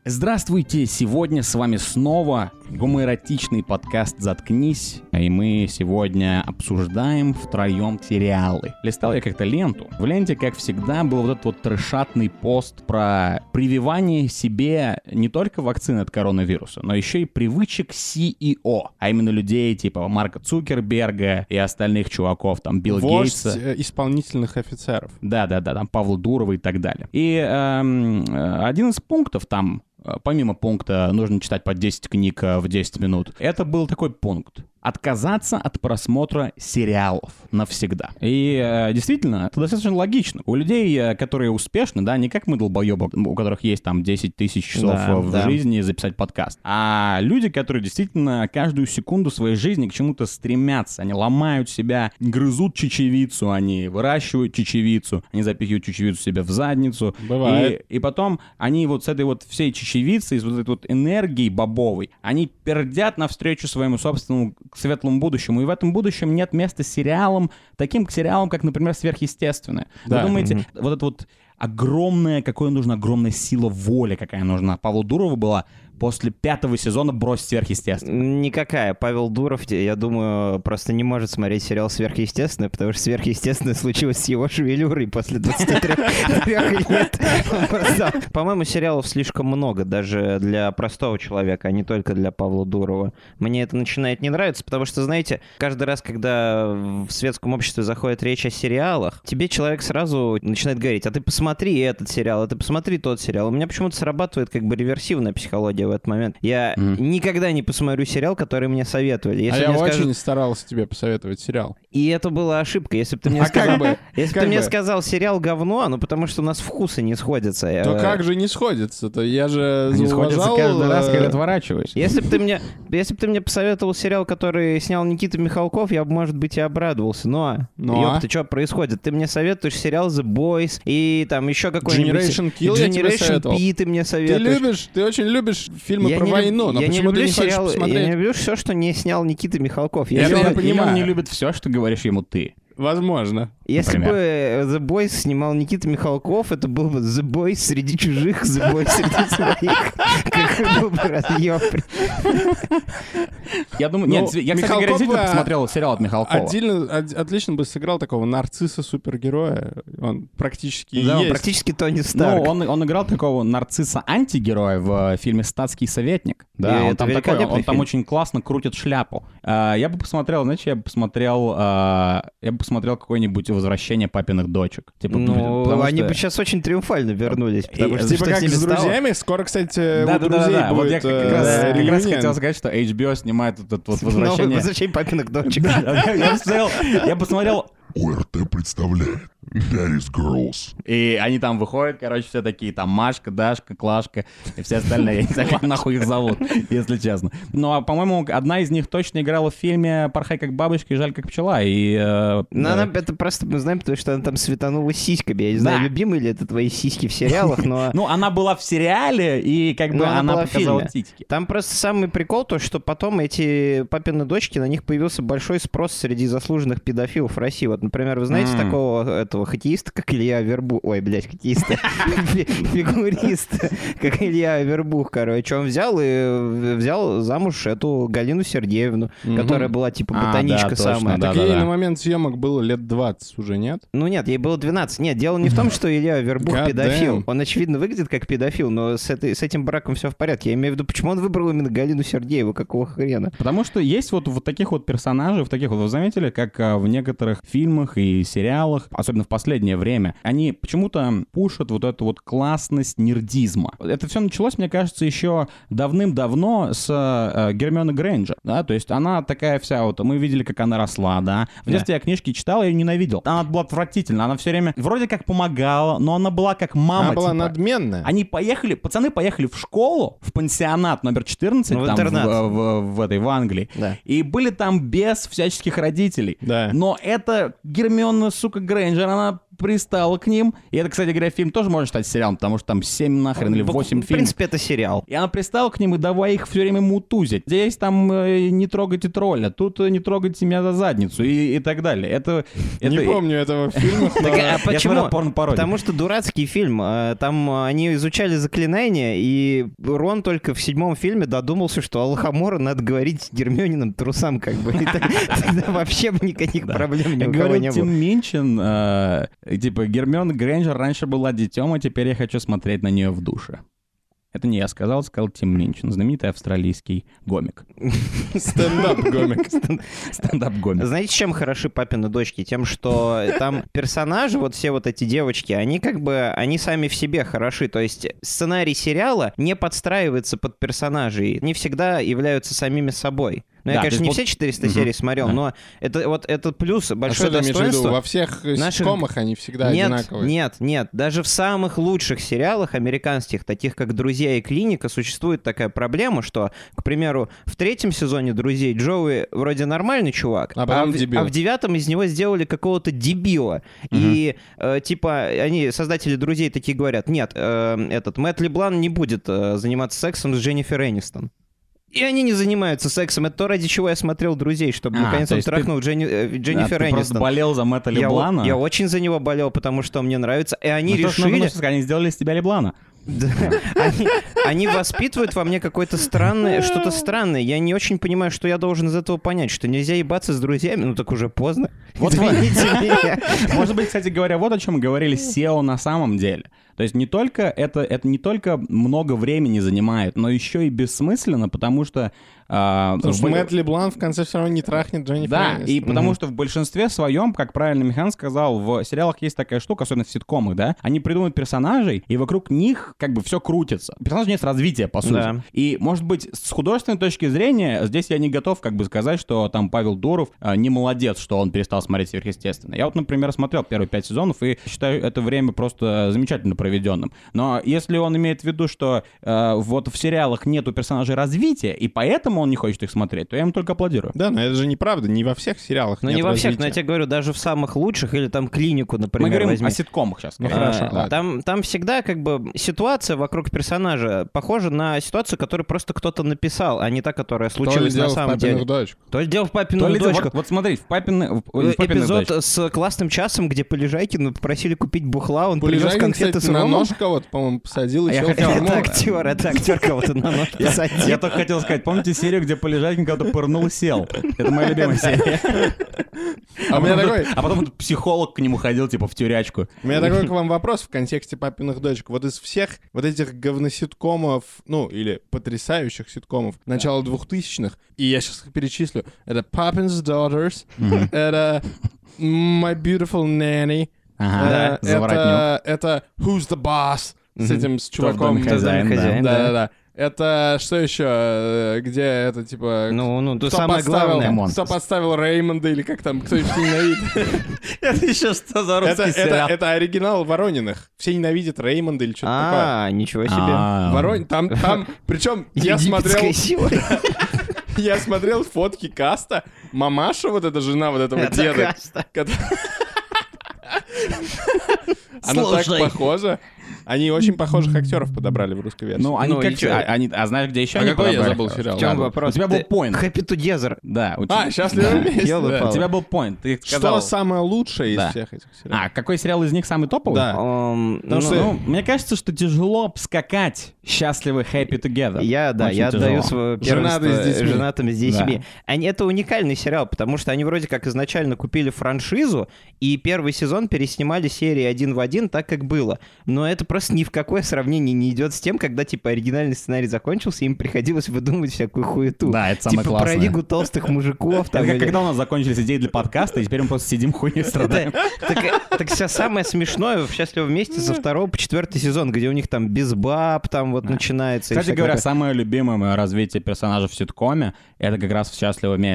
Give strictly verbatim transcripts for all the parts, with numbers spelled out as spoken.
Здравствуйте! Сегодня с вами снова гомоэротичный подкаст «Заткнись», и мы сегодня обсуждаем втроем сериалы. Листал я как-то ленту. В ленте, как всегда, был вот этот вот трешатный пост про прививание себе не только вакцины от коронавируса, но еще и привычек си и о, а именно людей типа Марка Цукерберга и остальных чуваков, там Билл Вождь Гейтса. исполнительных офицеров. Да-да-да, там Павла Дурова и так далее. И эм, один из пунктов там, помимо пункта «нужно читать по десять книг в десять минут», это был такой пункт: отказаться от просмотра сериалов навсегда. И э, действительно, это достаточно логично. У людей, э, которые успешны, да, не как мы, долбоебы, у которых есть там десять тысяч часов да, в да. жизни записать подкаст, а люди, которые действительно каждую секунду своей жизни к чему-то стремятся. Они ломают себя, грызут чечевицу, они выращивают чечевицу, они запихивают чечевицу себе в задницу. Бывает. И, и потом они вот с этой вот всей чечевицей, с вот этой вот энергией бобовой, они пердят навстречу своему собственному к светлому будущему. И в этом будущем нет места сериалам, таким сериалам, как, например, «Сверхъестественное». Да. Вы думаете, mm-hmm. вот это вот огромная, какая нужна огромная сила воли, какая нужна Павлу Дурову была после пятого сезона бросить «Сверхъестественное»? Никакая. Павел Дуров, я думаю, просто не может смотреть сериал «Сверхъестественное», потому что «Сверхъестественное» случилось с его шевелюрой после двадцати трёх лет. По-моему, сериалов слишком много даже для простого человека, а не только для Павла Дурова. Мне это начинает не нравиться, потому что, знаете, каждый раз, когда в светском обществе заходит речь о сериалах, тебе человек сразу начинает говорить: а ты посмотри этот сериал, а ты посмотри тот сериал. У меня почему-то срабатывает как бы реверсивная психология в этот момент. Я mm. никогда не посмотрю сериал, который мне советовали. Если а я мне очень скажут... старался тебе посоветовать сериал. И это была ошибка. Если бы ты мне а сказал, как бы? если как ты бы? мне сказал сериал говно, ну потому что у нас вкусы не сходятся. То я... как же не сходятся-то? Я же не зауважал... сходятся каждый раз, когда отворачиваюсь. Если бы ты мне, если бы ты мне посоветовал сериал, который снял Никита Михалков, я бы, может быть, и обрадовался. Но, Но... ёпта, что происходит? Ты мне советуешь сериал The Boys и там еще какой-нибудь... Generation Kill я тебе советовал. P ты мне советуешь. Ты любишь, ты очень любишь фильмы я про не войну, люб... но я почему не люблю ты не сериалы, хочешь посмотреть? Я не люблю все, что не снял Никита Михалков. Я, я, я, я понимаю. Он не любит все, что говоришь ему ты. Возможно. Если Например. бы The Boys снимал Никита Михалков, это был бы The Boys среди чужих, The Boys среди своих. Какой был бы разъем. Я думаю, ну, нет, я, кстати, действительно посмотрел сериал от Михалкова. Отдельно, от, отлично бы сыграл такого нарцисса-супергероя. Он практически да, есть. он практически Тони Старк. Ну, он, он играл такого нарцисса-антигероя в фильме «Статский советник». Да, и он там такой, он фильм. там очень классно крутит шляпу. А, я бы посмотрел, знаете, я бы посмотрел, а, я бы посмотрел какое-нибудь «Возвращение папиных дочек». Типа, ну, они что... бы сейчас очень триумфально вернулись, потому и, что типа что как с, с друзьями, стало? скоро, кстати, да, у да, друзей да, да, будет вот я как, э, раз, э, как раз хотел сказать, что эйч би о снимает этот вот «Возвращение». Новое «Возвращение папиных дочек». Я посмотрел, я посмотрел... ОРТ представляет Daddy's Girls. И они там выходят, короче, все такие, там, Машка, Дашка, Клашка и все остальные. Я не знаю, как нахуй их зовут, если честно. Ну, а, по-моему, одна из них точно играла в фильме «Порхай как бабочка и жаль как пчела». И, э, ну, да. она, это просто мы знаем, потому что она там светанула сиськами. Я не знаю, да. любимые ли это твои сиськи в сериалах, но... Ну, она была в сериале, и как бы она показала титьки. Там просто самый прикол то, что потом эти папины дочки, на них появился большой спрос среди заслуженных педофилов России. Вот, например, вы знаете mm. такого этого хоккеиста, как Илья Вербух? Ой, блядь, хоккеиста. Фигуриста, как Илья Вербух, короче. Он взял и взял замуж эту Галину Сергеевну, которая была типа ботаничка самая. Так ей на момент съемок было лет двадцать уже, нет? Ну нет, ей было двенадцать. Нет, дело не в том, что Илья Вербух педофил. Он, очевидно, выглядит как педофил, но с этим браком все в порядке. Я имею в виду, почему он выбрал именно Галину Сергееву, какого хрена? Потому что есть вот вот таких вот персонажей, в таких вот, вы заметили, как в некоторых фильмах и сериалах, особенно в последнее время, они почему-то пушат вот эту вот классность нердизма. Это все началось, мне кажется, еще давным-давно с э, Гермионы Грейнджер, да, то есть она такая вся вот, мы видели, как она росла, да. В детстве я книжки читал, я ее ненавидел. Она была отвратительна, она все время вроде как помогала, но она была как мама. Она была типа. надменная. Они поехали, пацаны поехали в школу, в пансионат номер четырнадцать, ну, в там в, в, в этой, в Англии, да. И были там без всяческих родителей. Да. Но эта Гермиона, сука, Грейнджер, она пристала к ним. И это, кстати говоря, фильм тоже можно считать сериалом, потому что там семь нахрен или восемь В фильмов. принципе, это сериал. И она пристала к ним и давай их все время мутузить. Здесь там э, не трогайте тролля, тут э, не трогайте меня за задницу и, и так далее. Это, это... Не помню этого фильма. Так, а Я почему? смотрел порно-пародию. Потому что дурацкий фильм. э, Там э, они изучали заклинания, и Рон только в седьмом фильме додумался, что Аллахамора надо говорить Гермиониным трусам, как бы. И так- Тогда вообще бы никаких проблем ни Я у кого говорю, не Тим было. Минчин, э, типа, Гермиона Грейнджер раньше была детем, а теперь я хочу смотреть на нее в душе. Это не я сказал, сказал Тим Минчин, знаменитый австралийский гомик. Стендап-гомик. Стендап-гомик. Знаете, чем хороши папины дочки? Тем, что там персонажи, вот все вот эти девочки, они как бы, они сами в себе хороши. То есть сценарий сериала не подстраивается под персонажей, не всегда являются самими собой. Ну, я, Да, конечно, то не есть все четыреста серий смотрел, Да. но это вот это плюс, А большое что ты имеешь в виду? достоинство. Во всех наших- ситкомах они всегда Нет, одинаковые. нет, нет. Даже в самых лучших сериалах американских, таких как «Друзья» и «Клиника», существует такая проблема, что, к примеру, в третьем сезоне «Друзей» Джоуи вроде нормальный чувак, А потом в, дебил. а в девятом из него сделали какого-то дебила. И, э, типа, они, создатели «Друзей», такие говорят, нет, э, этот Мэтт Леблан не будет э, заниматься сексом с Дженнифер Энистон. И они не занимаются сексом. Это то, ради чего я смотрел «Друзей», чтобы А, наконец то он есть ты- трахнул Дженни- э, Да, Дженнифер ты просто Энистон. болел за Мэтта Я, Леблана. о- я очень за него болел, потому что мне нравится. И они Ну, то, что, ну, решили... ну, что они сделали из тебя Леблана. Да. Они, они воспитывают во мне какое-то странное, что-то странное. Я не очень понимаю, что я должен из этого понять, что нельзя ебаться с друзьями, ну так уже поздно. Вот Извините меня. Может быть, кстати говоря, вот о чем говорили сео на самом деле. То есть не только это, это не только много времени занимает, но еще и бессмысленно, потому что... а, Потому что в- Мэтт Леблан в конце все равно не трахнет Дженнифер Да, Энистон. и потому что в большинстве своем, как правильно Михан сказал, в сериалах есть такая штука, особенно в ситкомах, да, они придумывают персонажей, и вокруг них как бы все крутится. У персонажей нет развития, по сути. Да. И, может быть, с художественной точки зрения, здесь я не готов как бы сказать, что там Павел Дуров а, не молодец, что он перестал смотреть сверхъестественное. Я вот, например, смотрел первые пять сезонов и считаю это время просто замечательно проведенным. Но если он имеет в виду, что э, вот в сериалах нету персонажей развития, и поэтому он не хочет их смотреть, то я ему только аплодирую. Да, но это же неправда, не во всех сериалах Ну нет не во всех, но я развития. тебе говорю, даже в самых лучших, или там «Клинику», например, Мы говорим возьми. о ситкомах сейчас. Ну, скорее. хорошо, А, ладно. Там, там всегда как бы ситуация вокруг персонажа похожа на ситуацию, которую просто кто-то написал, а не та, которая То ли случилась на дело в самом «Папиных деле. дочках». То ли дело в «Папину То ли дочку». вот, вот смотри, в папиных, в, в папиных Эпизод дочках. с классным часом, где Полежайкина попросили купить бухла, он принес Полежайкин, конфеты кстати, с на ромом. нож кого-то, по-моему, посадил и А я сел в хотел- тюрьму. Это актер, это актер кого-то на нож Я, посадил. я только хотел сказать, помните серию, где Полежайкин кого-то пырнул и сел? Это моя любимая серия. А у меня потом такой- тут- а потом тут психолог к нему ходил, типа, в тюрячку. У меня такой к вам вопрос в контексте «Папиных дочек». Вот из всех вот этих говноситкомов, ну, или потрясающих ситкомов начала двухтысячных, и я сейчас их перечислю, это «Pappin's Daughters», это «My Beautiful Nanny», Ага, э, заворотнюк. это, это «Who's the Boss» с этим, с Кто в чуваком. доме хозяин, да. хозяин, да. Да-да-да. Это что еще? э, Где это, типа... Ну, ну, то кто самое подставил, главное. Камон. кто подставил Реймонда, или как там, кто их ненавидит? Это еще что за Это, это, это оригинал Ворониных. Все ненавидят Реймонда или что-то такое. А, ничего себе. А, Ворон... Там, там, причем я Египетская смотрел, сила. я смотрел фотки каста. Мамаша, вот эта жена вот этого Это деда. каста. кото- Она так Слушай. похожа. Они очень похожих актеров подобрали в русской версии. Ну, они Ну, как... и чё? а, они, а знаешь, где еще А они какой я подобрали? забыл сериал? В чем Ладно. вопрос? У тебя был Ты- point. Happy Together. Да, у тебя... А, счастливы вместе. Ёлы-палы. да. У тебя был point. Ты сказал... Что самое лучшее из Да. всех этих сериалов? А, какой сериал из них самый топовый? Да. Эм, Потому ну, что- Ну, мне кажется, что тяжело скакать счастливы happy together. Я, да, Очень я тяжело. отдаю свое первенство Женатые с детьми. женатым с детьми. Да. Они, это уникальный сериал, потому что они вроде как изначально купили франшизу, и первый сезон переснимали серии один в один, так как было. Но это просто ни в какое сравнение не идет с тем, когда, типа, оригинальный сценарий закончился, им приходилось выдумывать всякую хуету. Да, это самое Типа классное. про Лигу толстых мужиков. Это там, как или- когда у нас закончились идеи для подкаста, и теперь мы просто сидим хуйней страдаем. Так, так все самое смешное в «Счастливом вместе» со второго по четвертый сезон, где у них там без баб там вот начинается. и Кстати всякое говоря, такое. самое любимое мое развитие персонажа в ситкоме — это как раз в «Счастливом месте».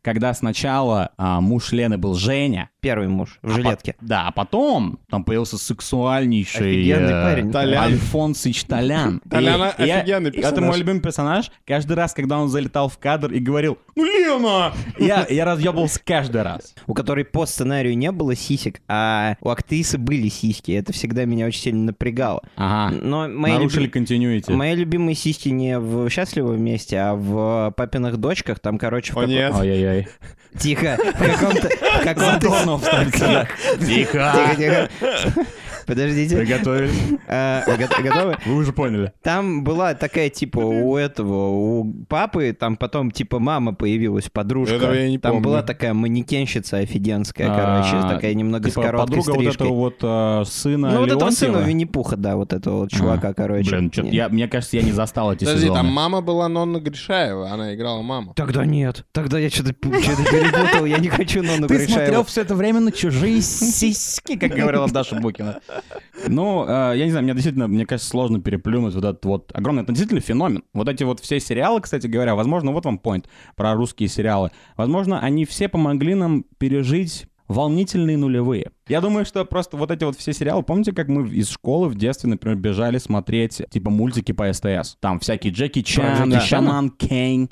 когда сначала а, муж Лены был Женя. Первый муж в а жилетке. по- да, а потом там появился сексуальнейший Офигенный э, парень. Толян. Альфонсыч Толян. Толян И- и я- офигенный Это персонаж. мой любимый персонаж. Каждый раз, когда он залетал в кадр и говорил «Ну, Лена!», я, я разъебывался каждый раз. У которой по сценарию не было сисек, а у актрисы были сиськи. Это всегда меня очень сильно напрягало. Ага. Но мои, Нарушили люби- континьюити. мои любимые сиськи не в «Счастливы вместе», а в «Папиных дочках». Там, короче, в О, каком- нет. Ой-ой-ой. Тихо. В каком-то... в каком-то- Задонов ставится. Тихо. Тихо, тихо. Подождите. Приготовились. А, вы го- готовы? Вы уже поняли. Там была такая, типа, у этого, у папы, там потом, типа, мама появилась, подружка. Этого я не Там помню. была такая манекенщица офигенская, А, короче, такая немного с Типа короткой подруга вот стрижкой. этого вот э, сына Ну, вот этого Леонтьева. сына Винни-Пуха, да, вот этого вот чувака, А, короче. Блин, чё-то Не. я, мне кажется, я не застал эти Подожди, сезоны. там мама была Нонна Гришаева, она играла маму. Тогда нет. Тогда я что-то перепутал, я не хочу Нонну Ты Гришаеву. смотрел все это время на чужие сиськи, как говорила Даша Букина. Ну, э, я не знаю, мне действительно, мне кажется, сложно переплюнуть вот этот вот огромный, это действительно феномен. Вот эти вот все сериалы, кстати говоря, возможно, вот вам point про русские сериалы. Возможно, они все помогли нам пережить волнительные нулевые. Я думаю, что просто вот эти вот все сериалы, помните, как мы из школы в детстве, например, бежали смотреть типа мультики по СТС? Там всякие Джеки Чан, Джеки Чана? Шаман Кейн.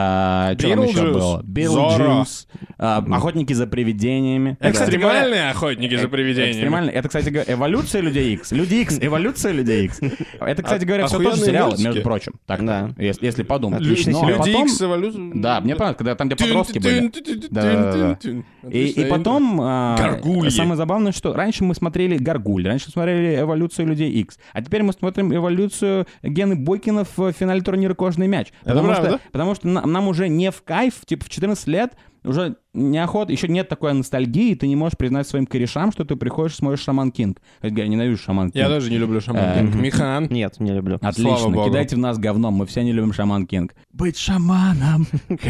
А, что там еще Beetlejuice, было? Зорро. Битлджус, Охотники за привидениями. Это, кстати говоря, Экстремальные охотники за привидениями. Экстремально. Это, кстати говоря, эволюция Людей Икс. Люди Икс, эволюция Людей Икс. Это, кстати говоря, все тоже охуенные сериалы, мультики. между прочим. Так, Да. если, если подумать. Отличный Ну, а сериал. Люди потом- Икс, эволюция. Да, мне понравилось, когда там, где подростки были. Да-да-да. И, и потом, а, Гаргульи. самое забавное, что раньше мы смотрели Гаргуль, раньше смотрели эволюцию Людей Икс, а теперь мы смотрим эволюцию Гены Бойкина в финале турнира «Кожаный мяч». Потому правда? что, потому что на- нам уже не в кайф, типа в четырнадцать лет уже неохота, еще нет такой ностальгии, ты не можешь признать своим корешам, что ты приходишь и смотришь «Шаман Кинг». Я говорю, ненавижу «Шаман Кинг». Я тоже не люблю Шаман Э, Кинг. Михан. Нет, не люблю. Отлично, Слава богу. кидайте в нас говном, мы все не любим «Шаман Кинг». Быть шаманом,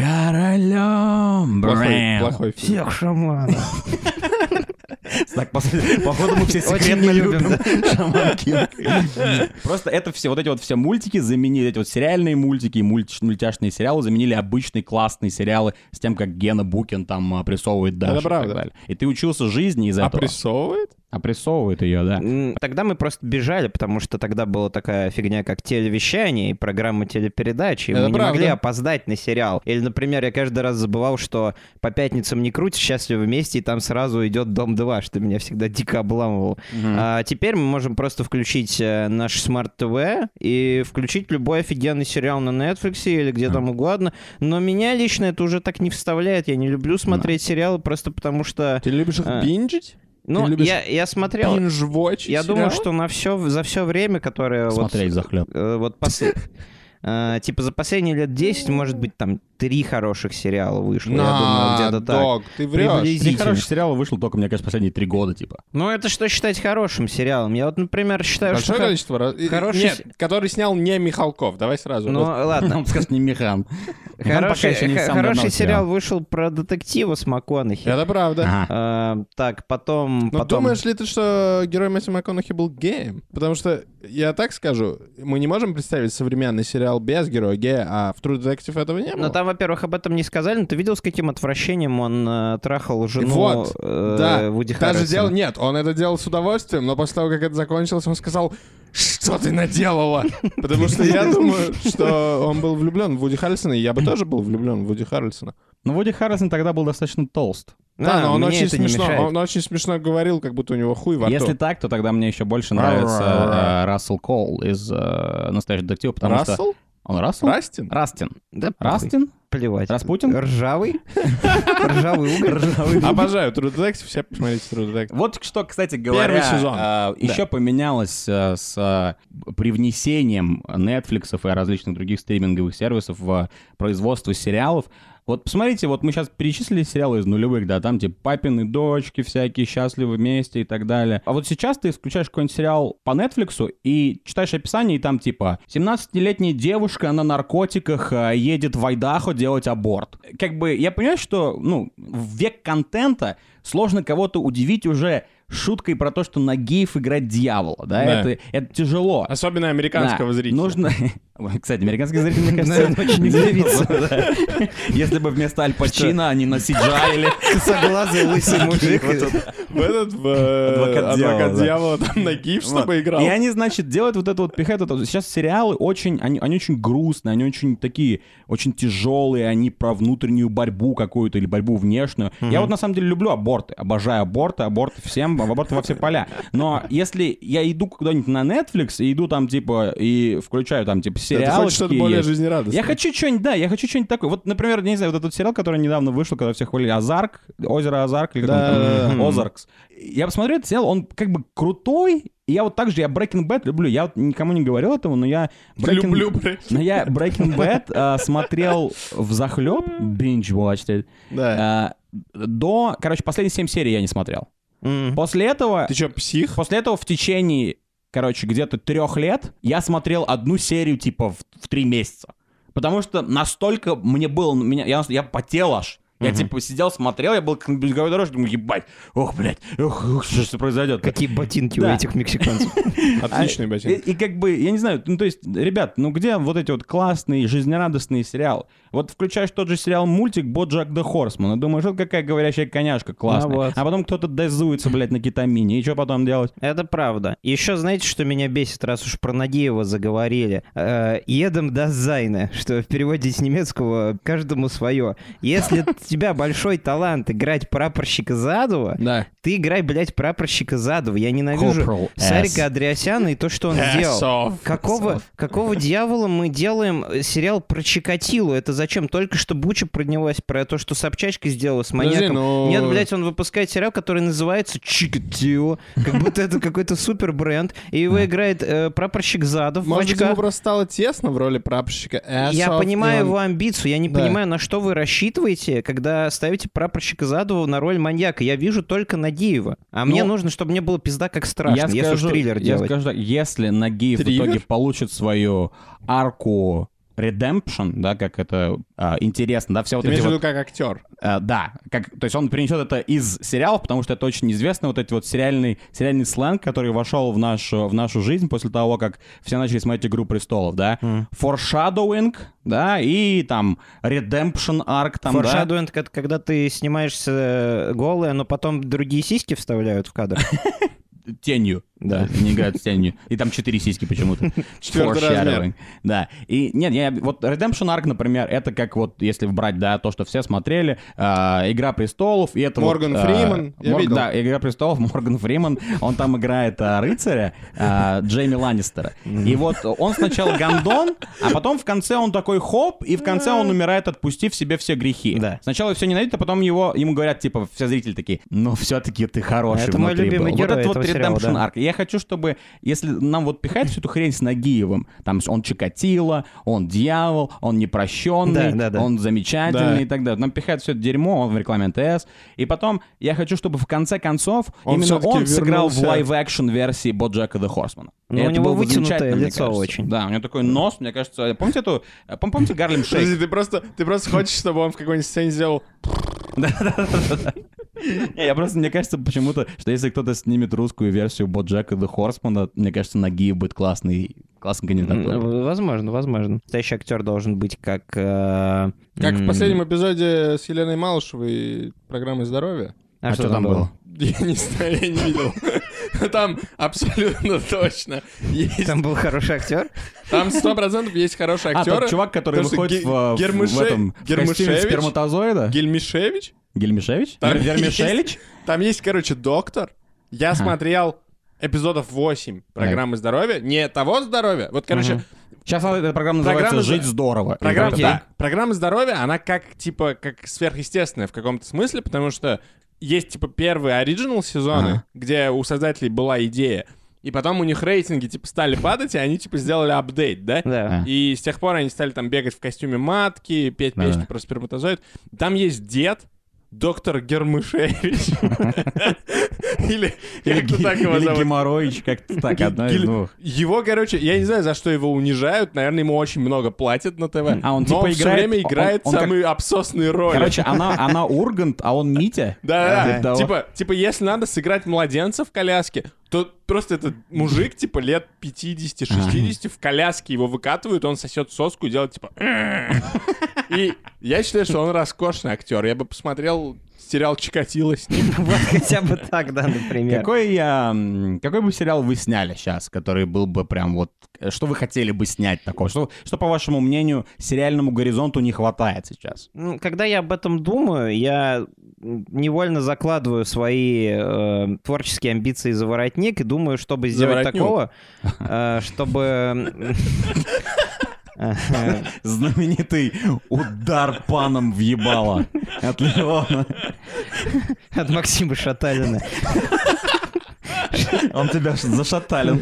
королем, Плохой, брэм. плохой фильм. Всех шаманов. Так, пос- походу мы все Очень секретно не любим, любим «Шаман Кинг». Просто это все, вот эти вот все мультики заменили, эти вот сериальные мультики и мульти- мультяшные сериалы заменили обычные классные сериалы с тем, как Гена Букин там опрессовывает Дашу и так правда. далее. И ты учился жизни из этого. Опрессовывает? Опрессовывает ее, да. М, Тогда мы просто бежали, потому что тогда была такая фигня, как телевещание и программа телепередачи, и Это мы не правда. могли опоздать на сериал. Или, например, я каждый раз забывал, что по пятницам не крутят «Счастливы вместе», и там сразу идет «Дом два», что меня всегда дико обламывало. А теперь мы можем просто включить э, наш смарт-ТВ и включить любой офигенный сериал на Netflix или где там угодно. Но меня лично это уже так не вставляет. Я не люблю смотреть сериалы просто потому что... Ты любишь их А. бинжить? Ну, любишь я, я смотрел... Бинж-вотчить Я думаю, сериалы? что на все, за все время, которое... Смотреть вот, захлеб. э, вот пос- э, типа за последние лет десять, может быть, там три хороших сериала вышло. Я думаю, На, где-то так. дог, ты врешь. Три Приблизительно. хороших сериала вышло только, мне кажется, последние три года, типа. Ну, это что считать хорошим сериалом? Я вот, например, считаю, Большое что... количество раз. И- хороший Нет, с- который снял не Михалков. Давай сразу. Ну, Вот. ладно. Он скажет, не Михан. Михан пока Хороший, еще не х- сам хороший давно сериал вышел про детектива с МакКонахи. Это правда. Ага. А, так, потом... Ну, потом... думаешь ли ты, что герой Мэтью МакКонахи был геем? Потому что, я так скажу, мы не можем представить современный сериал без героя гея, а в True Detective этого не было. Ну, там, во-первых, об этом не сказали, но ты видел, с каким отвращением он э, трахал жену Вот, э, да. Вуди Даже Харрельсона? делал... Нет, он это делал с удовольствием, но после того, как это закончилось, он сказал, что ты наделала? Потому что я думаю, что он был влюблен в Вуди Харрельсона, и я бы тоже был влюблен в Вуди Харрельсона. Но Вуди Харрисон тогда был достаточно толст. Да, А, но он мне очень это не смешно, мешает. он очень смешно говорил, как будто у него хуй во рту. Если так, то тогда мне еще больше нравится э, Рассел Кол из э, «Настоящего детектива», потому что... Рассел? Он Рассел? Растин? Растин. Да похуй. Растин? Плевать. Распутин? Ржавый? Ржавый уголь? Обожаю True Detective, все посмотрите True Detective. Вот что, кстати говоря, Первый сезон. э, еще поменялось э, с э, привнесением Netflix и различных других стриминговых сервисов в производство сериалов. Вот посмотрите, вот мы сейчас перечислили сериалы из нулевых, да, там типа «Папины дочки», всякие «Счастливы вместе» и так далее. А вот сейчас ты включаешь какой-нибудь сериал по Netflix и читаешь описание, и там типа семнадцатилетняя девушка на наркотиках э, едет в Айдахо делать аборт. Как бы я понимаю, что, ну, в век контента сложно кого-то удивить уже шуткой про то, что на геев играть дьявола, да, Да. Это, это тяжело. Особенно американского Да, зрителя. Нужно, Кстати, американский зритель, мне кажется, Наверное, очень удивится. Если бы вместо Аль Пачино они на сиджайле. Косоглазый лысый мужик. В этот, в э, Адвокат дьявола, адвокат да. дьявола там на гиф, чтобы играл. И они, значит, делают вот это вот, пихают это. Сейчас сериалы очень, они, они очень грустные, они очень такие, очень тяжелые, они про внутреннюю борьбу какую-то или борьбу внешнюю. Mm-hmm. Я вот на самом деле люблю аборты, обожаю аборты, аборты всем, аборты во все поля. Но если я иду куда-нибудь на Netflix и иду там типа и включаю там типа Да, ты сериалы, хочешь что-то более жизнерадостное. я хочу что-нибудь, да, я хочу что-нибудь такое. Вот, например, не знаю, вот этот сериал, который недавно вышел, когда все хвалили, Озарк, озеро Озарк, или как Да, он да, там, да. Озаркс. Я посмотрел этот сериал, он как бы крутой, и я вот так же, я Breaking Bad люблю, я вот никому не говорил этого, но я... Breaking... Люблю, Breaking Но я Breaking Bad э, смотрел взахлеб, binge watched it, Да. э, до, короче, последние семь серий я не смотрел. Мгм. После этого... Ты чё, псих? После этого в течение, короче, где-то трех лет я смотрел одну серию типа в, в три месяца. Потому что настолько мне было... Меня, я, я потел аж. Я, типа, сидел, смотрел, я был как на беговой дорожке, думаю, ебать, ох, блядь, ох, ох, что же произойдет? Какие ботинки у Да. этих мексиканцев. Отличный А, ботинок. И, и как бы, я не знаю, ну то есть, ребят, ну где вот эти вот классные, жизнерадостные сериалы? Вот включаешь тот же сериал мультик «Боджак the Horseman», и думаешь, вот какая говорящая коняшка классная. Ну вот. А потом кто-то дезуется, блядь, на кетамине, и что потом делать? Это правда. И еще знаете, что меня бесит, раз уж про Нагиева заговорили? Э, «Едем до Зайна», что в переводе с немецкого «каждому свое». Если у тебя большой талант играть прапорщика Задова, Да. ты играй, блядь, прапорщика Задова. Я ненавижу Corporal Сарика S. Андреасяна и то, что он сделал. Какого, какого дьявола мы делаем сериал про Чикатило? Это зачем? Только что Буча поднялась про то, что Собчачка сделала с Подожди, маньяком. ну- Нет, блядь, он выпускает сериал, который называется Чикатило. Как будто это какой-то супер бренд. И его играет э, прапорщик Задов в Может быть, ему очках. просто стало тесно в роли прапорщика Эссов, Я и понимаю он- его амбицию, я не Да. понимаю, на что вы рассчитываете, когда ставите прапорщика Задова на роль маньяка. Я вижу только Нагиева. А мне Ну, нужно, чтобы мне было пизда как страшно, если уж триллер я делать. скажу так, если Нагиев в Триллер? итоге получит свою арку Redemption, да, как это а, интересно, да, все вот Ты эти имеешь в вот... виду как актер? А, да, как, то есть он принесет это из сериалов, потому что это очень известно, вот эти вот сериальный, сериальный сленг, который вошел в нашу, в нашу жизнь после того, как все начали смотреть «Игру престолов», да, foreshadowing, да, и там redemption arc, там, да. Форшадуинг — это когда ты снимаешься голая, но потом другие сиськи вставляют в кадр. Тенью. Да. Не играют с тенью. И там четыре сиськи почему-то. Четвертый Foreshadowing. размер. Да. И нет, я, вот Redemption Arc, например, это как вот, если брать, да, то, что все смотрели, а, «Игра престолов», и это Морган вот, а, Фриман, я Мор- видел. Да, «Игра престолов», Морган Фриман, он там играет а, рыцаря а, Джейми Ланнистера. И вот он сначала гандон, а потом в конце он такой хоп, и в конце он умирает, отпустив себе все грехи. Да. Сначала все ненавидят, а потом его, ему говорят, типа, все зрители такие, ну, все-таки ты хороший Это мой внутри любимый был. герой Вот это вот этого сериала, Redemption да. Arc. Я хочу, чтобы, если нам вот пихать всю эту хрень с Нагиевым, там он Чикатило, он дьявол, он непрощенный, Да, да, да. он замечательный Да. и так далее. Нам пихают все это дерьмо, он в рекламе эн тэ эс. И потом я хочу, чтобы в конце концов Он именно всё-таки он сыграл в вернулся. лайв-экшн версии Боджека the Horseman. Ну, И у это него было бы вытянутое замечательно, мне лицо кажется. очень. Да, у него такой нос, мне кажется. Помните эту... пом- Помните Гарлем Шейк? Подожди, ты просто, ты просто хочешь, чтобы он в какой-нибудь сцене сделал... Не, я просто, мне кажется, почему-то, что если кто-то снимет русскую версию Боджека the Horseman, мне кажется, Нагиев будет классный, классный кандидат. М, Возможно, возможно. Настоящий актер должен быть как... э, Как в м, последнем эпизоде с Еленой Малышевой программы «Здоровья». А, что там было? Я не знаю, я не видел. Там абсолютно точно есть. Там был хороший актер? Там сто процентов есть хорошие А, актеры. тот чувак, который Потому что выходит Ге- в, в- Гермыше- в этом в костюме Гермышевич? сперматозоида. Гельмишевич. Гельмишевич? Там Гер- Гермишелич? есть- Там есть, короче, доктор. Я смотрел эпизодов восемь программы «Здоровья». Не того «Здоровья». Вот, короче, Сейчас эта программа называется Программа «Жить за- здорово». И Программа, как-то да, так. программа здоровья, она как, типа, как сверхъестественная в каком-то смысле, потому что есть, типа, первые оригинал сезоны, Ага. где у создателей была идея, и потом у них рейтинги, типа, стали падать, и они, типа, сделали апдейт, да? Да. И с тех пор они стали там бегать в костюме матки, петь Да-да. песни про сперматозоид. Там есть дед, доктор Гермышевич. Или Или, как-то ге- так его или зовут. геморроич, как-то так, одно из Гель- двух. Его, короче, я не знаю, за что его унижают. Наверное, ему очень много платят на ТВ. А он, но типа, он все играет- время он- играет он как- самые обсосные роли. Короче, она, она Ургант, а он Митя. да, да, Да. Типа, типа, если надо сыграть младенца в коляске, Тут просто этот мужик, типа, лет пятьдесят-шестьдесят, в коляске его выкатывают, он сосет соску и делает, типа... И я считаю, что он роскошный актер. Я бы посмотрел сериал «Чикатило» с ним. Вот хотя бы так, да, например. Какой, я, какой бы сериал вы сняли сейчас, который был бы прям вот... Что вы хотели бы снять такого? Что, что по вашему мнению, сериальному горизонту не хватает сейчас? Когда я об этом думаю, я невольно закладываю свои э, творческие амбиции за воротник и думаю, чтобы сделать Заворотню. такого, э, чтобы... Знаменитый удар паном въебало от Леона. От Максима Шаталина. Он тебя зашатален.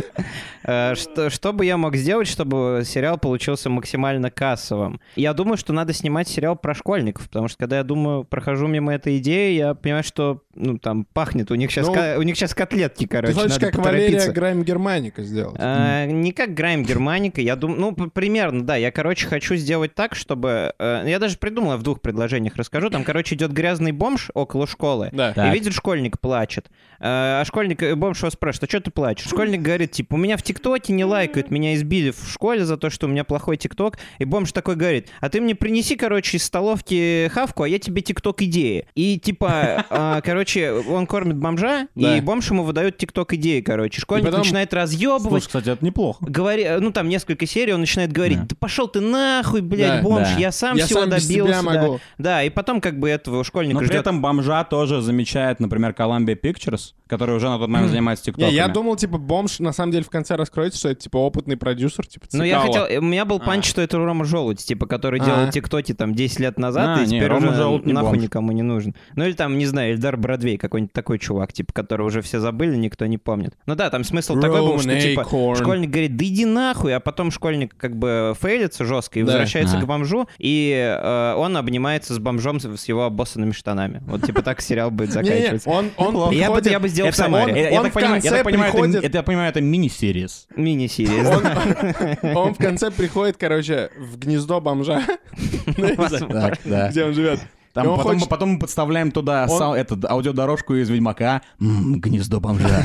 Что, что бы я мог сделать, чтобы сериал получился максимально кассовым? Я думаю, что надо снимать сериал про школьников, потому что когда я думаю, прохожу мимо этой идеи, я понимаю, что ну там пахнет, у них сейчас, Ну, ка- у них сейчас котлетки, короче, Ты хочешь, надо как поторопиться. Валерия Грайм Германика сделать? А, не как Грайм Германика, я думаю, ну, п- примерно, да, я, короче, хочу сделать так, чтобы, э, я даже придумал, я в двух предложениях расскажу, там, короче, идет грязный бомж около школы, Да. и Так. видит, школьник плачет, а школьник, э, бомж его спрашивает, а что ты плачешь? Школьник говорит, типа, у меня в ТикТоке не лайкают, меня избили в школе за то, что у меня плохой ТикТок, и бомж такой говорит, а ты мне принеси, короче, из столовки хавку, а я тебе ТикТок идеи. И, типа, а, короче, он кормит бомжа, Да. и бомж ему выдает ТикТок идеи, короче. Школьник потом- начинает разъебывать, Слушай, кстати, это неплохо. говори, ну там несколько серий, он начинает говорить, Да. да пошел ты нахуй, блядь, Да. бомж, Да. я сам Я всего сам без добился. тебя да. могу. Да, и потом как бы этого школьника Но при ждет... этом бомжа тоже замечает, например, Columbia Pictures, который уже на тот момент занимается Не, ТикТоками. я думал, типа, бомж на самом деле в конце раскроется, что это, типа, опытный продюсер, типа, Ну, я Цикало. хотел... У меня был А. панч, что это Рома Желудь, типа, который А. делал тиктоки там десять лет назад, А, и не, теперь Рома уже Желудь не нахуй бомж. никому не нужен. Ну, или там, не знаю, Эльдар Бродвей, какой-нибудь такой чувак, типа, который уже все забыли, никто не помнит. Ну да, там смысл такой был, что, Roman типа, Acorn. школьник говорит, да иди нахуй, а потом школьник как бы фейлится жестко и Да. возвращается Ага. к бомжу, и э, он обнимается с бомжом с, с его обоссанными штанами. Вот, типа, так сериал будет Не-не, заканчиваться. он, он Я бы, приходит- я бы сделал в Это, Самаре. э, я, Он так в понимаю, я конце так понимаю, это, приходит- это, я понимаю, это мини-сериес. Мини-серия. Он, он в конце приходит, короче, в гнездо бомжа, ну, я не знаю, Так, да. где он живет. Там И он потом, хочет- потом мы подставляем туда Он- сау- этот, аудиодорожку из Ведьмака. М, гнездо бомжа.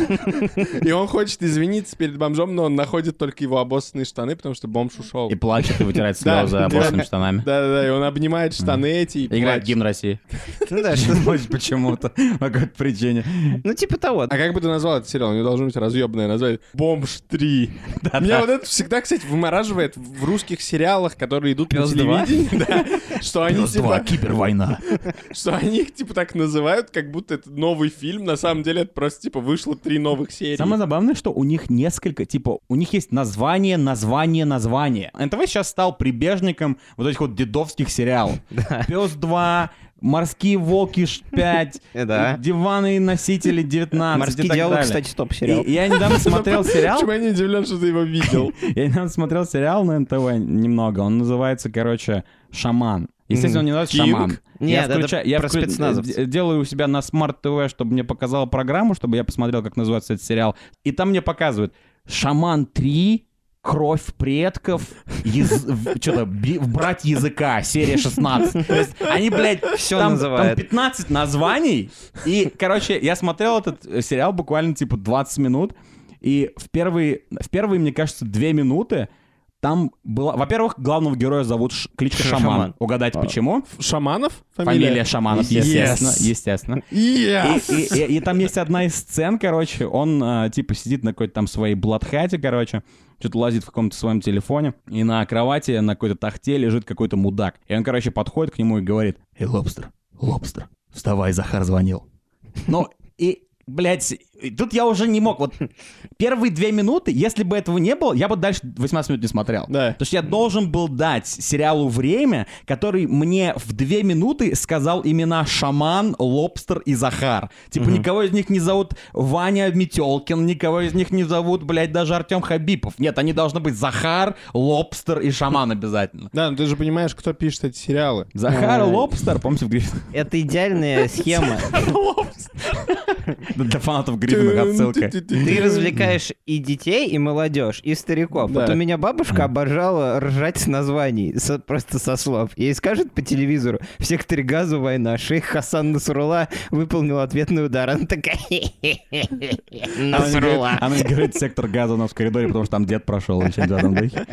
И он хочет извиниться перед бомжом, но он находит только его обоссанные штаны, потому что бомж ушел. И плачет, и вытирает Да, слезы да. обоссанными штанами. Да-да-да, и он обнимает штаны эти и Играет плачет. гимн России. Ну да, что- Почему-то. По какой-то причине. ну типа того. А как бы ты назвал этот сериал? У него должно быть разъебное название. «Бомж три». Меня вот это всегда, кстати, вымораживает в русских сериалах, которые идут на «Пёс два». телевидении, да, что они Плюс два, типа... кибервойна. Что они их типа так называют, как будто это новый фильм. На самом деле это просто типа вышло три новых серии. Самое забавное, что у них несколько, типа, у них есть название, название, название. эн тэ вэ сейчас стал прибежником вот этих вот дедовских сериалов. «Пес два», «Морские волки пять», Да. «Диваны и носители девятнадцать» и Морские так диалоги, далее. кстати, топ-сериал. И я недавно смотрел сериал. Почему я не удивлен, что ты его видел? Я недавно смотрел сериал на эн тэ вэ немного. Он называется, короче, «Шаман». Естественно, он не называется Кинг? «Шаман». Нет, я это включаю, я про вклю- спецназовцев. д- делаю у себя на смарт-ТВ, чтобы мне показала программу, чтобы я посмотрел, как называется этот сериал. И там мне показывают «Шаман три», «Кровь предков», ез... что-то, «Брать языка», серия шестнадцать. То есть они, блядь, Всё там, называют. там пятнадцать названий. И, короче, я смотрел этот сериал буквально, типа, двадцать минут. И в первые, в первые, мне кажется, две минуты там была... Во-первых, главного героя зовут Ш- кличка Шаман. Шаман. Угадайте, А. почему? Шаманов? Фамилия Шаманов, естественно. Yes. Естественно. Yes. И, и- и- и там есть одна из сцен, короче, он, а, типа, сидит на какой-то там своей бладхате, короче, что-то лазит в каком-то своем телефоне, и на кровати, на какой-то тахте лежит какой-то мудак. И он, короче, подходит к нему и говорит: «Эй, лобстер, лобстер, вставай, Захар звонил». Ну, и... Блять, тут я уже не мог. Вот первые две минуты, если бы этого не было, я бы дальше восемнадцать минут не смотрел. Да. Потому что я должен был дать сериалу время, который мне в две минуты сказал имена Шаман, Лобстер и Захар. Типа никого из них не зовут Ваня Метелкин, никого из них не зовут, блядь, даже Артем Хабипов. Нет, они должны быть Захар, Лобстер и Шаман обязательно. Да, но ты же понимаешь, кто пишет эти сериалы. Захар, Ой. Лобстер, помните в Гриффиндоре? Это идеальная схема. Для фанатов Ты невидимых отсылка. Ты развлекаешь и детей, и молодежь, и стариков. Да. Вот у меня бабушка обожала ржать с названий, со- просто со слов. Ей скажут по телевизору: в секторе Газа война, шейх Хасан Насрулла выполнил ответный удар. Она такая... Насрулла. Она не говорит сектор газа у нас в коридоре, потому что там дед прошел. или что-нибудь в этом духе.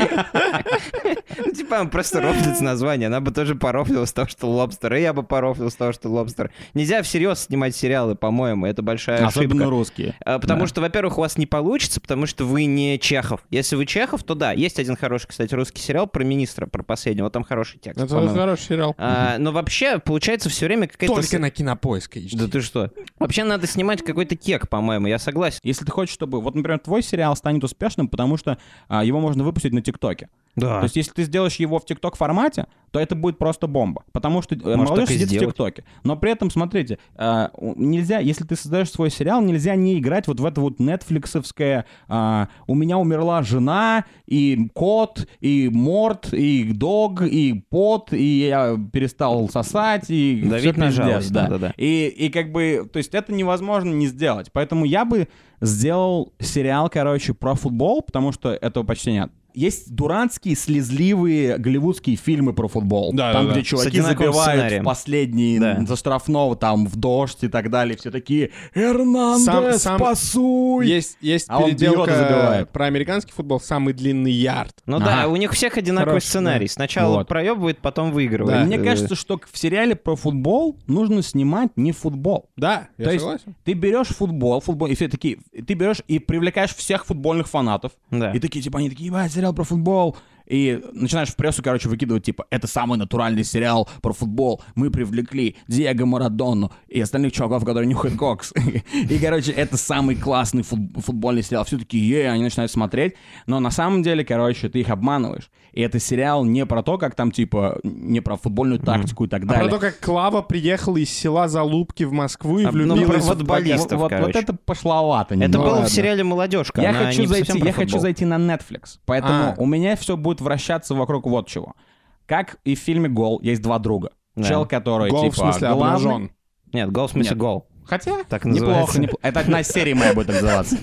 Ну, типа, он просто рофлит с названия. Она бы тоже порофлила с того, что лобстер, и я бы порофлил с того, что лобстер. Нельзя всерьез снимать сериалы, по-моему, это большая Особенно ошибка. русские. А, Потому Да. что, во-первых, у вас не получится, потому что вы не Чехов. Если вы Чехов, то да. Есть один хороший, кстати, русский сериал про министра, про последнего. Там хороший текст, Это по-моему. хороший сериал. А, но вообще, получается, все время какая-то... Только на Кинопоиск эйч ди. Да ты что? Вообще надо снимать какой-то кек, по-моему, я согласен. Если ты хочешь, чтобы... Вот, например, твой сериал станет успешным, потому что а, его можно выпустить на ТикТоке. Да. То есть, если ты сделаешь его в ТикТок формате, то это будет просто бомба. Потому что э, Может, молодежь так и сидит в сделать. ТикТоке. Но при этом, смотрите, э, у- нельзя, если ты создаешь свой сериал, нельзя не играть вот в это вот нетфликсовское а, «У меня умерла жена, и кот, и морд, и дог, и пот, и я перестал сосать, и Давить всё на пиздец», жалость, да. да-да-да. И, и как бы, то есть это невозможно не сделать. Поэтому я бы сделал сериал, короче, про футбол, потому что этого почти нет. Есть дурацкие, слезливые голливудские фильмы про футбол. Да, там, да, где да. чуваки С одинаковым забивают сценарием. в последний Да. за штрафного, там, в дождь и так далее. Все такие: «Эрнандес, Сам- сам- пасуй!» Есть, есть А он бьет и переделка забивает. про американский футбол, самый длинный ярд. Ну Ага. да, у них у всех одинаковый Хороший, сценарий. да. Сначала Вот. проебывает, потом выигрывает. Да. Мне Э, кажется, что в сериале про футбол нужно снимать не футбол. Да, я То есть согласен. ты берешь футбол, футбол, и все такие, ты берешь и привлекаешь всех футбольных фанатов. Да. И такие, типа, они такие: «Ебать, сериал про футбол». И начинаешь в прессу, короче, выкидывать, типа, это самый натуральный сериал про футбол. Мы привлекли Диего Марадону и остальных чуваков, которые нюхают кокс. И, короче, это самый классный фут- футбольный сериал. Все такие: «Е», они начинают смотреть. Но на самом деле, короче, ты их обманываешь. И это сериал не про то, как там, типа, не про футбольную тактику и так А далее. про то, как Клава приехала из села Залубки в Москву и А, ну, влюбилась про в футболистов, вот, вот, короче. вот это пошловато. Это немного. было ладно. в сериале «Молодежка». Я она хочу не зайти, совсем про я хочу футбол. зайти на Netflix, поэтому А. у меня все будет вращаться вокруг вот чего. Как и в фильме «Гол» есть два друга. Да. Чел, который Гол, типа в смысле, главный. обнажен. Нет, гол в смысле Нет. гол. Хотя Так неплохо, называется. неплохо. Это одна серия моя будет так называться.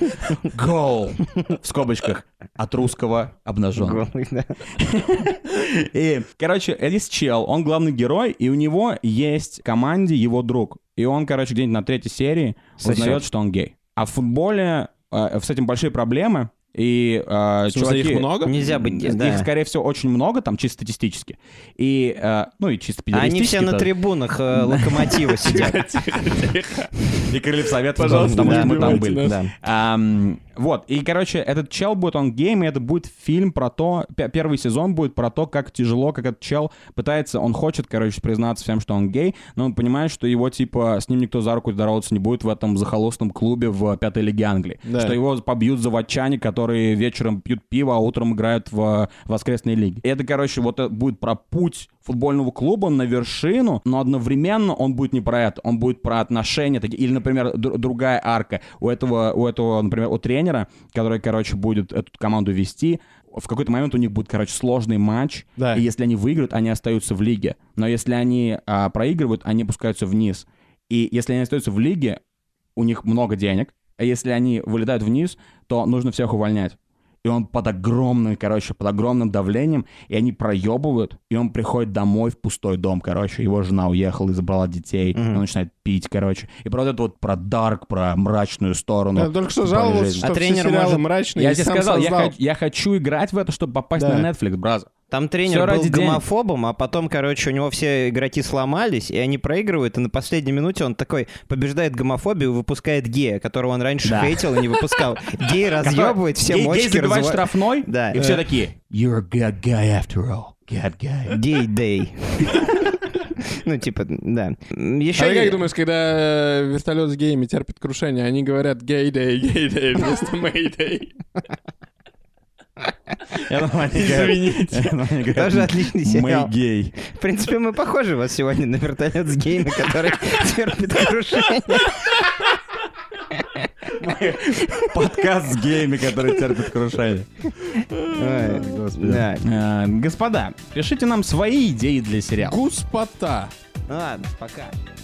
Гол. В скобочках. От русского обнажен. Гол, да. И, короче, есть чел, он главный герой, и у него есть в команде его друг. И он, короче, где-нибудь на третьей серии Сосёт. узнает, что он гей. А в футболе э, с этим большие проблемы. И э, В смысле, чуваки... их много? Нельзя быть, Их, да. скорее всего, очень много, там, чисто статистически. И, э, ну, и чисто А они все педагогически на тоже. трибунах э, Локомотива сидят. И Крыльев Совет, Пожалуйста, потому что не мы там убивайте были. нас. Да. Ам, вот, и, короче, этот чел будет, он гейм, и это будет фильм про то, пе- первый сезон будет про то, как тяжело, как этот чел пытается, он хочет, короче, признаться всем, что он гей, но он понимает, что его, типа, с ним никто за руку здороваться не будет в этом захолустном клубе в пятой лиге Англии. Да. Что его побьют заводчане, которые вечером пьют пиво, а утром играют в воскресной лиге. И это, короче, вот это будет про путь футбольного клуба на вершину, но одновременно он будет не про это, он будет про отношения, такие, или, например, д- другая арка у этого, у этого, например, у тренера, который, короче, будет эту команду вести. В какой-то момент у них будет, короче, сложный матч, Да. и если они выиграют, они остаются в лиге, но если они а, проигрывают, они опускаются вниз. И если они остаются в лиге, у них много денег, а если они вылетают вниз, то нужно всех увольнять. И он под огромным, короче, под огромным давлением, и они проебывают, и он приходит домой в пустой дом, короче, его жена уехала и забрала детей, Мгм. он начинает пить, короче. И про вот это вот, про дарк, про мрачную сторону. Я только что футбольной жаловался, жизни. что А все тренер сериалы может- мрачные, Я и тебе сам сказал, я, создал. хочу, я хочу играть в это, чтобы попасть Да. на Netflix, браза. Там тренер Всё был ради денег. гомофобом, а потом, короче, у него все игроки сломались, и они проигрывают, и на последней минуте он такой побеждает гомофобию, выпускает гея, которого он раньше Да. хейтил и не выпускал. Гей разъебывает, все Гей- гей мочки забивает разва- штрафной, Да. и все такие: «You're a good guy after all. Good guy». Гей-дей. Ну, типа, да. Еще А ты как думаешь, когда вертолет с геями терпит крушение, они говорят гей-дей, гей-дей вместо мэй-дей? Я думаю, они говорят- я думаю, они говорят, Тоже отличный сериал. «Мы гей». В принципе, мы похожи вас сегодня на вертолет с геями, который терпит крушение. Подкаст с геями, который терпит крушение. Ой, да. Э, Господа, пишите нам свои идеи для сериала. Гуспота. Ладно, пока.